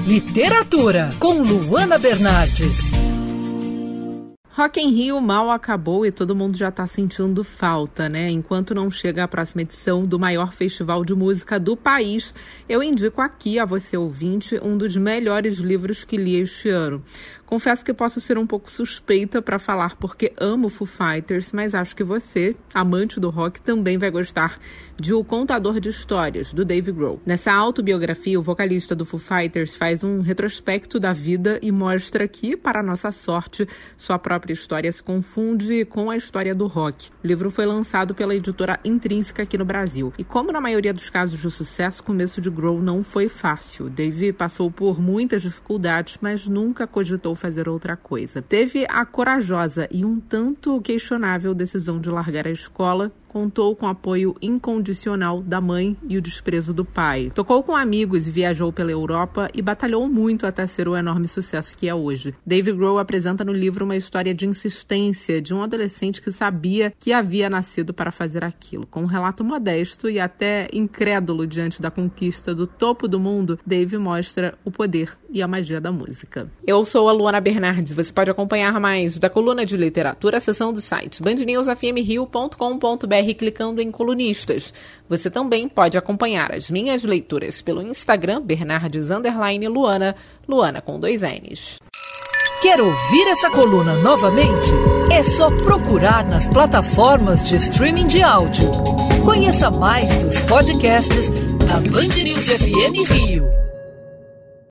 Literatura, com Luana Bernardes. Rock in Rio mal acabou e todo mundo já está sentindo falta, né? Enquanto não chega a próxima edição do maior festival de música do país, eu indico aqui a você, ouvinte, um dos melhores livros que li este ano. Confesso que posso ser um pouco suspeita para falar porque amo Foo Fighters, mas acho que você, amante do rock, também vai gostar de O Contador de Histórias, do Dave Grohl. Nessa autobiografia, o vocalista do Foo Fighters faz um retrospecto da vida e mostra que, para nossa sorte, sua própria história se confunde com a história do rock. O livro foi lançado pela editora Intrínseca aqui no Brasil. E como na maioria dos casos de sucesso, o começo de Grohl não foi fácil. Dave passou por muitas dificuldades, mas nunca cogitou fazer outra coisa. Teve a corajosa e um tanto questionável decisão de largar a escola. Contou com o apoio incondicional da mãe e o desprezo do pai. Tocou com amigos e viajou pela Europa e batalhou muito até ser o enorme sucesso que é hoje. Dave Grohl apresenta no livro uma história de insistência de um adolescente que sabia que havia nascido para fazer aquilo. Com um relato modesto e até incrédulo diante da conquista do topo do mundo, Dave mostra o poder e a magia da música. Eu sou a Luana Bernardes. Você pode acompanhar mais da coluna de literatura acessando do site bandnewsfmrio.com.br clicando em colunistas. Você também pode acompanhar as minhas leituras pelo Instagram, Bernardes_Luana, Luana com 2 N's. Quer ouvir essa coluna novamente? É só procurar nas plataformas de streaming de áudio. Conheça mais dos podcasts da Band News FM Rio.